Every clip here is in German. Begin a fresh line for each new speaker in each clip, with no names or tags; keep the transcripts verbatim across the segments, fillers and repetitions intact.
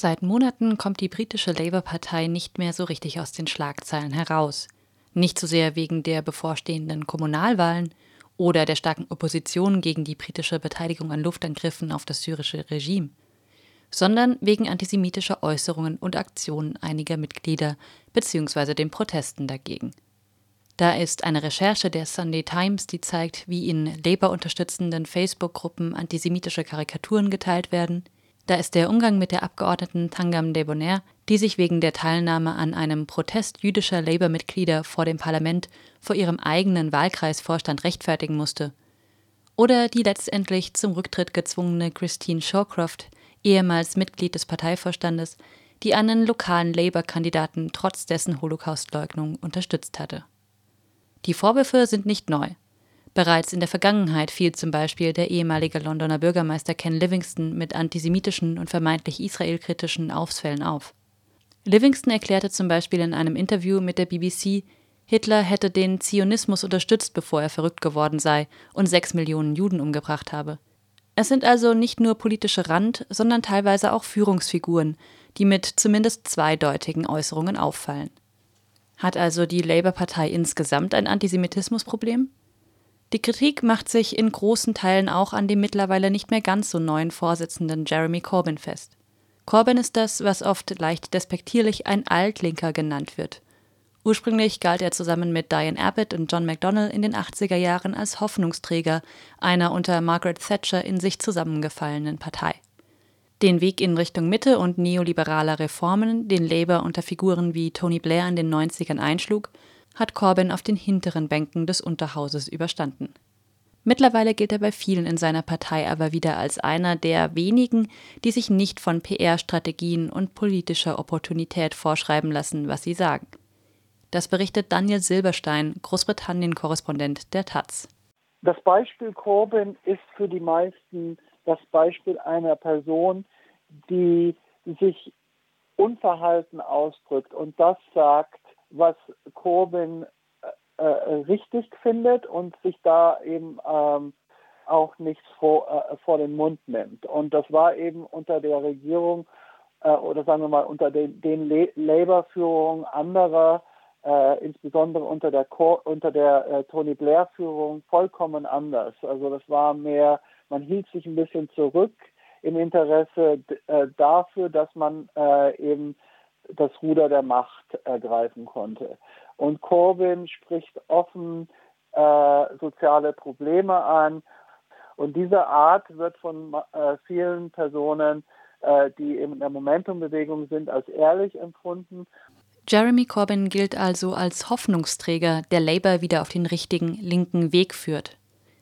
Seit Monaten kommt die britische Labour-Partei nicht mehr so richtig aus den Schlagzeilen heraus. Nicht so sehr wegen der bevorstehenden Kommunalwahlen oder der starken Opposition gegen die britische Beteiligung an Luftangriffen auf das syrische Regime, sondern wegen antisemitischer Äußerungen und Aktionen einiger Mitglieder bzw. den Protesten dagegen. Da ist eine Recherche der Sunday Times, die zeigt, wie in Labour-unterstützenden Facebook-Gruppen antisemitische Karikaturen geteilt werden. Da ist der Umgang mit der Abgeordneten Thangam Debonair, die sich wegen der Teilnahme an einem Protest jüdischer Labour-Mitglieder vor dem Parlament vor ihrem eigenen Wahlkreisvorstand rechtfertigen musste. Oder die letztendlich zum Rücktritt gezwungene Christine Shawcroft, ehemals Mitglied des Parteivorstandes, die einen lokalen Labour-Kandidaten trotz dessen Holocaustleugnung unterstützt hatte. Die Vorwürfe sind nicht neu. Bereits in der Vergangenheit fiel zum Beispiel der ehemalige Londoner Bürgermeister Ken Livingstone mit antisemitischen und vermeintlich israelkritischen Ausfällen auf. Livingstone erklärte zum Beispiel in einem Interview mit der B B C, Hitler hätte den Zionismus unterstützt, bevor er verrückt geworden sei und sechs Millionen Juden umgebracht habe. Es sind also nicht nur politische Rand-, sondern teilweise auch Führungsfiguren, die mit zumindest zweideutigen Äußerungen auffallen. Hat also die Labour-Partei insgesamt ein Antisemitismusproblem? Die Kritik macht sich in großen Teilen auch an dem mittlerweile nicht mehr ganz so neuen Vorsitzenden Jeremy Corbyn fest. Corbyn ist das, was oft leicht despektierlich ein Altlinker genannt wird. Ursprünglich galt er zusammen mit Diane Abbott und John McDonnell in den achtziger Jahren als Hoffnungsträger einer unter Margaret Thatcher in sich zusammengefallenen Partei. Den Weg in Richtung Mitte und neoliberaler Reformen, den Labour unter Figuren wie Tony Blair in den neunzigern einschlug, hat Corbyn auf den hinteren Bänken des Unterhauses überstanden. Mittlerweile gilt er bei vielen in seiner Partei aber wieder als einer der wenigen, die sich nicht von P R-Strategien und politischer Opportunität vorschreiben lassen, was sie sagen. Das berichtet Daniel Silberstein, Großbritannien-Korrespondent der Taz.
Das Beispiel Corbyn ist für die meisten das Beispiel einer Person, die sich unverhalten ausdrückt und das sagt, was Corbyn äh, richtig findet und sich da eben ähm, auch nichts vor, äh, vor den Mund nimmt. Und das war eben unter der Regierung äh, oder sagen wir mal unter den, den Le- Labour-Führungen anderer, äh, insbesondere unter der, Cor- unter der äh, Tony Blair-Führung vollkommen anders. Also das war mehr, man hielt sich ein bisschen zurück im Interesse d- äh, dafür, dass man äh, eben das Ruder der Macht ergreifen konnte. Und Corbyn spricht offen äh, soziale Probleme an. Und diese Art wird von äh, vielen Personen, äh, die in der Momentum-Bewegung sind, als ehrlich empfunden.
Jeremy Corbyn gilt also als Hoffnungsträger, der Labour wieder auf den richtigen linken Weg führt.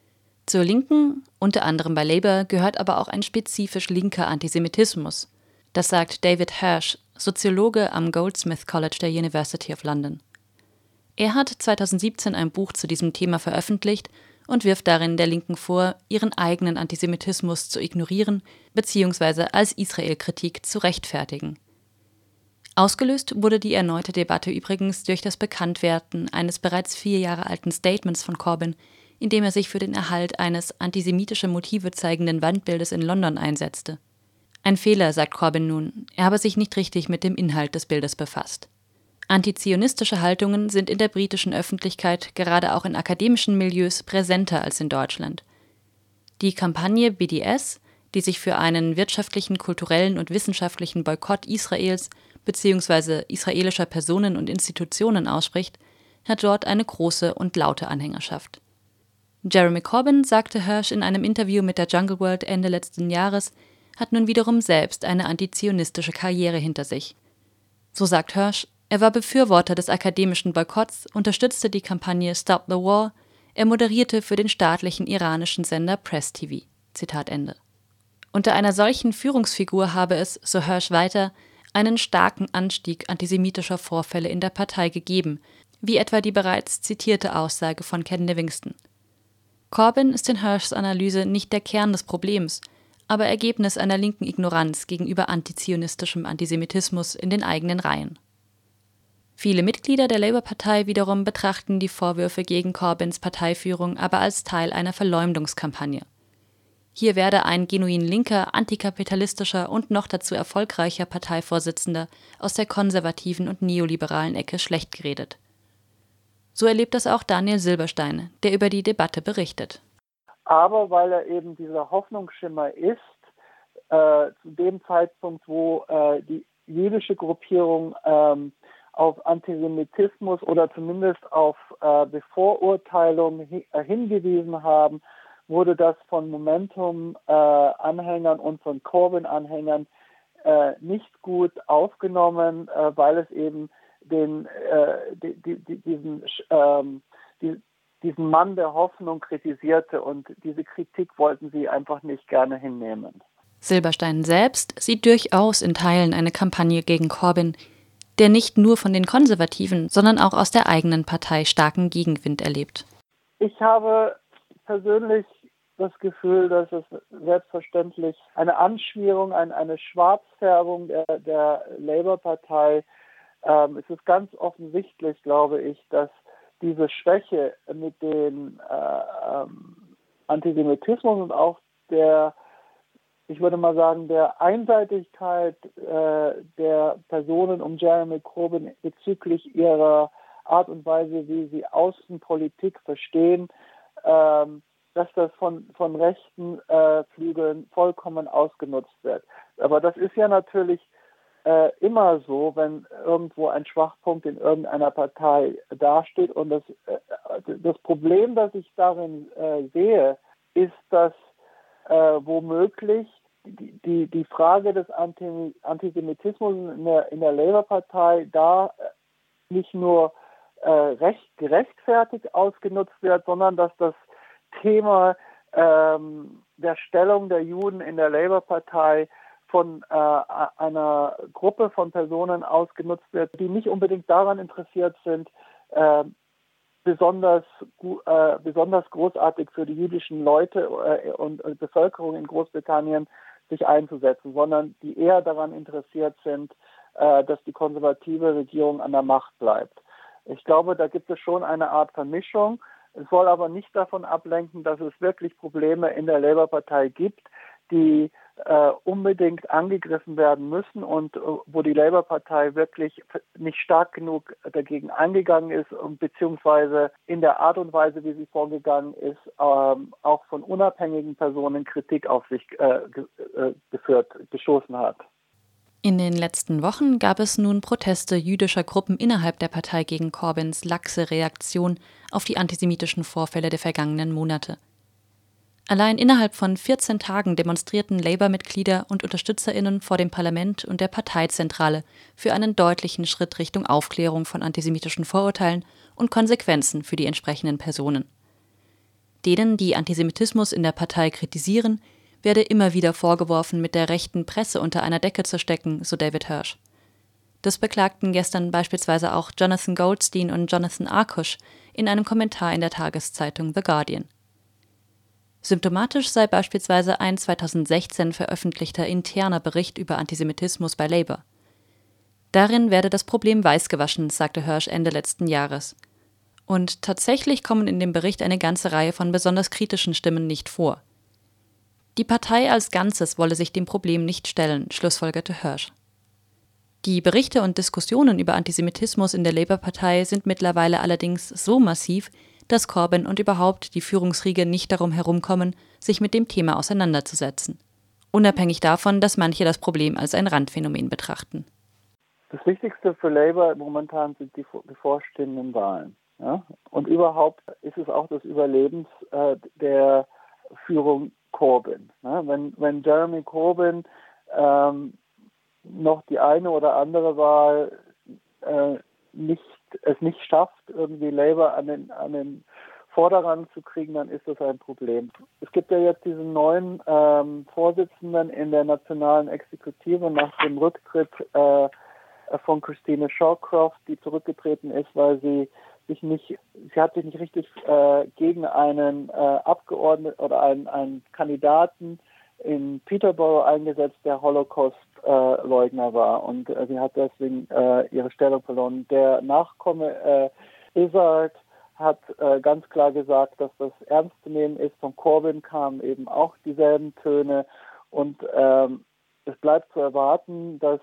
Zur Linken, unter anderem bei Labour, gehört aber auch ein spezifisch linker Antisemitismus. Das sagt David Hirsch, Soziologe am Goldsmith College der University of London. Er hat zweitausendsiebzehn ein Buch zu diesem Thema veröffentlicht und wirft darin der Linken vor, ihren eigenen Antisemitismus zu ignorieren bzw. als Israel-Kritik zu rechtfertigen. Ausgelöst wurde die erneute Debatte übrigens durch das Bekanntwerden eines bereits vier Jahre alten Statements von Corbyn, in dem er sich für den Erhalt eines antisemitische Motive zeigenden Wandbildes in London einsetzte. Ein Fehler, sagt Corbyn nun, er habe sich nicht richtig mit dem Inhalt des Bildes befasst. Antizionistische Haltungen sind in der britischen Öffentlichkeit, gerade auch in akademischen Milieus, präsenter als in Deutschland. Die Kampagne B D S, die sich für einen wirtschaftlichen, kulturellen und wissenschaftlichen Boykott Israels bzw. israelischer Personen und Institutionen ausspricht, hat dort eine große und laute Anhängerschaft. Jeremy Corbyn, sagte Hirsch in einem Interview mit der Jungle World Ende letzten Jahres, hat nun wiederum selbst eine antizionistische Karriere hinter sich. So sagt Hirsch, er war Befürworter des akademischen Boykotts, unterstützte die Kampagne Stop the War, er moderierte für den staatlichen iranischen Sender Press T V. Zitat Ende. Unter einer solchen Führungsfigur habe es, so Hirsch weiter, einen starken Anstieg antisemitischer Vorfälle in der Partei gegeben, wie etwa die bereits zitierte Aussage von Ken Livingstone. Corbyn ist in Hirschs Analyse nicht der Kern des Problems, aber Ergebnis einer linken Ignoranz gegenüber antizionistischem Antisemitismus in den eigenen Reihen. Viele Mitglieder der Labour-Partei wiederum betrachten die Vorwürfe gegen Corbyns Parteiführung aber als Teil einer Verleumdungskampagne. Hier werde ein genuin linker, antikapitalistischer und noch dazu erfolgreicher Parteivorsitzender aus der konservativen und neoliberalen Ecke schlecht geredet. So erlebt das auch Daniel Silberstein, der über die Debatte berichtet.
Aber weil er eben dieser Hoffnungsschimmer ist, äh, zu dem Zeitpunkt, wo äh, die jüdische Gruppierung ähm, auf Antisemitismus oder zumindest auf äh, Bevorurteilung hi- äh, hingewiesen haben, wurde das von Momentum-Anhängern äh, und von Corbyn-Anhängern äh, nicht gut aufgenommen, äh, weil es eben den, äh, die, die, die, diesen, ähm, die, diesen Mann der Hoffnung kritisierte, und diese Kritik wollten sie einfach nicht gerne hinnehmen.
Silberstein selbst sieht durchaus in Teilen eine Kampagne gegen Corbyn, der nicht nur von den Konservativen, sondern auch aus der eigenen Partei starken Gegenwind erlebt.
Ich habe persönlich das Gefühl, dass es selbstverständlich eine Anschmierung, ein, eine Schwarzfärbung der, der Labour-Partei. Ähm, es ist ganz offensichtlich, glaube ich, dass diese Schwäche mit dem äh, ähm, Antisemitismus und auch der, ich würde mal sagen, der Einseitigkeit äh, der Personen um Jeremy Corbyn bezüglich ihrer Art und Weise, wie sie Außenpolitik verstehen, ähm, dass das von, von rechten äh, Flügeln vollkommen ausgenutzt wird. Aber das ist ja natürlich äh, immer so, wenn irgendwo ein Schwachpunkt in irgendeiner Partei dasteht. Und das, äh, das Problem, das ich darin äh, sehe, ist, dass äh, womöglich die, die, die Frage des Anti- Antisemitismus in der, in der Labour-Partei da nicht nur äh, recht gerechtfertigt ausgenutzt wird, sondern dass das Thema ähm, der Stellung der Juden in der Labour-Partei von äh, einer Gruppe von Personen ausgenutzt wird, die nicht unbedingt daran interessiert sind, äh, besonders äh, besonders großartig für die jüdischen Leute äh, und äh, Bevölkerung in Großbritannien sich einzusetzen, sondern die eher daran interessiert sind, äh, dass die konservative Regierung an der Macht bleibt. Ich glaube, da gibt es schon eine Art Vermischung. Es soll aber nicht davon ablenken, dass es wirklich Probleme in der Labour-Partei gibt, die äh, unbedingt angegriffen werden müssen und äh, wo die Labour-Partei wirklich nicht stark genug dagegen eingegangen ist und beziehungsweise in der Art und Weise, wie sie vorgegangen ist, ähm, auch von unabhängigen Personen Kritik auf sich äh, ge äh, geführt, geschossen hat.
In den letzten Wochen gab es nun Proteste jüdischer Gruppen innerhalb der Partei gegen Corbyns laxe Reaktion auf die antisemitischen Vorfälle der vergangenen Monate. Allein innerhalb von vierzehn Tagen demonstrierten Labour-Mitglieder und UnterstützerInnen vor dem Parlament und der Parteizentrale für einen deutlichen Schritt Richtung Aufklärung von antisemitischen Vorurteilen und Konsequenzen für die entsprechenden Personen. Denen, die Antisemitismus in der Partei kritisieren, werde immer wieder vorgeworfen, mit der rechten Presse unter einer Decke zu stecken, so David Hirsch. Das beklagten gestern beispielsweise auch Jonathan Goldstein und Jonathan Arkush in einem Kommentar in der Tageszeitung The Guardian. Symptomatisch sei beispielsweise ein zweitausendsechzehn veröffentlichter interner Bericht über Antisemitismus bei Labour. Darin werde das Problem weißgewaschen, sagte Hirsch Ende letzten Jahres. Und tatsächlich kommen in dem Bericht eine ganze Reihe von besonders kritischen Stimmen nicht vor. Die Partei als Ganzes wolle sich dem Problem nicht stellen, schlussfolgerte Hirsch. Die Berichte und Diskussionen über Antisemitismus in der Labour-Partei sind mittlerweile allerdings so massiv, dass Corbyn und überhaupt die Führungsriege nicht darum herumkommen, sich mit dem Thema auseinanderzusetzen. Unabhängig davon, dass manche das Problem als ein Randphänomen betrachten.
Das Wichtigste für Labour momentan sind die bevorstehenden Wahlen. Ja? Und überhaupt ist es auch das Überleben äh, der Führung Corbyn. Ja? Wenn, wenn Jeremy Corbyn ähm, noch die eine oder andere Wahl äh, nicht, es nicht schafft, irgendwie Labour an den, an den Vorderrand zu kriegen, dann ist das ein Problem. Es gibt ja jetzt diesen neuen ähm, Vorsitzenden in der nationalen Exekutive nach dem Rücktritt äh, von Christine Shawcroft, die zurückgetreten ist, weil sie sich nicht, sie hat sich nicht richtig äh, gegen einen äh, Abgeordneten oder einen, einen Kandidaten in Peterborough eingesetzt, der Holocaust-Leugner äh, war, und äh, sie hat deswegen äh, ihre Stellung verloren. Der Nachkomme äh, Izzard hat äh, ganz klar gesagt, dass das ernst zu nehmen ist. Von Corbyn kamen eben auch dieselben Töne. Und ähm, es bleibt zu erwarten, dass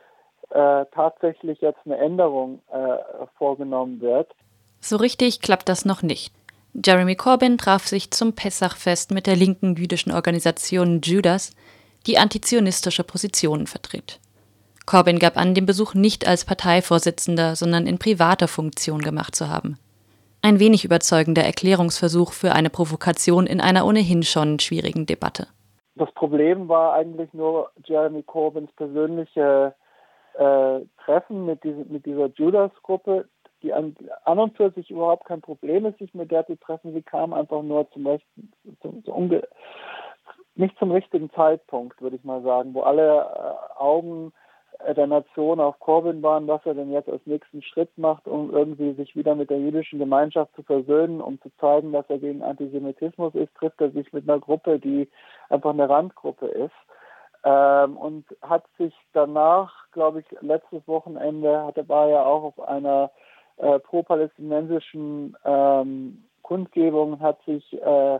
äh, tatsächlich jetzt eine Änderung äh, vorgenommen wird.
So richtig klappt das noch nicht. Jeremy Corbyn traf sich zum Pessachfest mit der linken jüdischen Organisation Judas, die antizionistische Positionen vertritt. Corbyn gab an, den Besuch nicht als Parteivorsitzender, sondern in privater Funktion gemacht zu haben. Ein wenig überzeugender Erklärungsversuch für eine Provokation in einer ohnehin schon schwierigen Debatte.
Das Problem war eigentlich nur Jeremy Corbyns persönliche äh, Treffen mit, diese, mit dieser Judas-Gruppe, die an, an und für sich überhaupt kein Problem ist, sich mit der zu treffen. Sie kam einfach nur zum rechten, zum, zum unge- nicht zum richtigen Zeitpunkt, würde ich mal sagen, wo alle äh, Augen der Nation auf Corbyn waren, was er denn jetzt als nächsten Schritt macht, um irgendwie sich wieder mit der jüdischen Gemeinschaft zu versöhnen, um zu zeigen, dass er gegen Antisemitismus ist, trifft er sich mit einer Gruppe, die einfach eine Randgruppe ist. Ähm, und hat sich danach, glaube ich, letztes Wochenende, hatte, war er auch auf einer äh, pro-palästinensischen ähm, Kundgebung, hat sich äh, äh,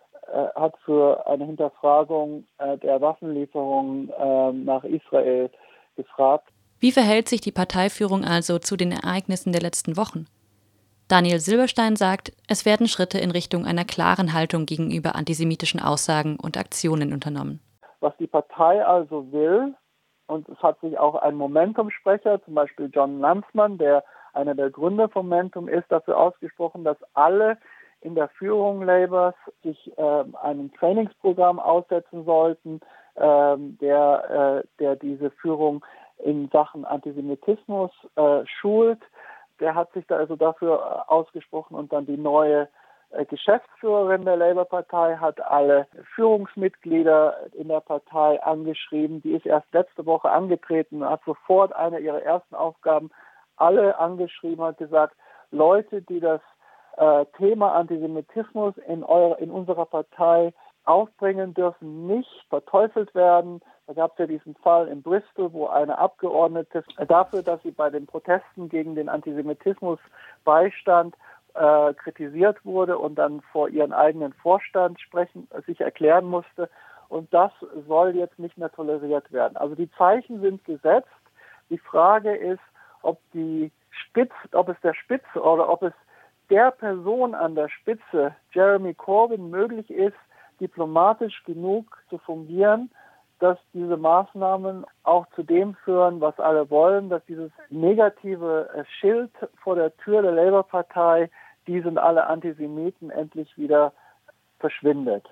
hat für eine Hinterfragung äh, der Waffenlieferungen äh, nach Israel gefragt.
Wie verhält sich die Parteiführung also zu den Ereignissen der letzten Wochen? Daniel Silberstein sagt, es werden Schritte in Richtung einer klaren Haltung gegenüber antisemitischen Aussagen und Aktionen unternommen.
Was die Partei also will, und es hat sich auch ein Momentum-Sprecher, zum Beispiel John Landsmann, der einer der Gründer von Momentum ist, dafür ausgesprochen, dass alle in der Führung Labours sich äh, einem Trainingsprogramm aussetzen sollten, äh, der, äh, der diese Führung in Sachen Antisemitismus äh, schult. Der hat sich da also dafür ausgesprochen und dann die neue äh, Geschäftsführerin der Labour-Partei hat alle Führungsmitglieder in der Partei angeschrieben. Die ist erst letzte Woche angetreten und hat sofort eine ihrer ersten Aufgaben alle angeschrieben, hat gesagt, Leute, die das äh, Thema Antisemitismus in, eure, in unserer Partei aufbringen, dürfen nicht verteufelt werden. Da gab es ja diesen Fall in Bristol, wo eine Abgeordnete dafür, dass sie bei den Protesten gegen den Antisemitismus beistand, äh, kritisiert wurde und dann vor ihren eigenen Vorstand sprechen, sich erklären musste. Und das soll jetzt nicht mehr toleriert werden. Also die Zeichen sind gesetzt. Die Frage ist, ob die Spitze, ob es der Spitze oder ob es der Person an der Spitze, Jeremy Corbyn, möglich ist, diplomatisch genug zu fungieren, dass diese Maßnahmen auch zu dem führen, was alle wollen, dass dieses negative Schild vor der Tür der Labour-Partei, die sind alle Antisemiten, endlich wieder verschwindet.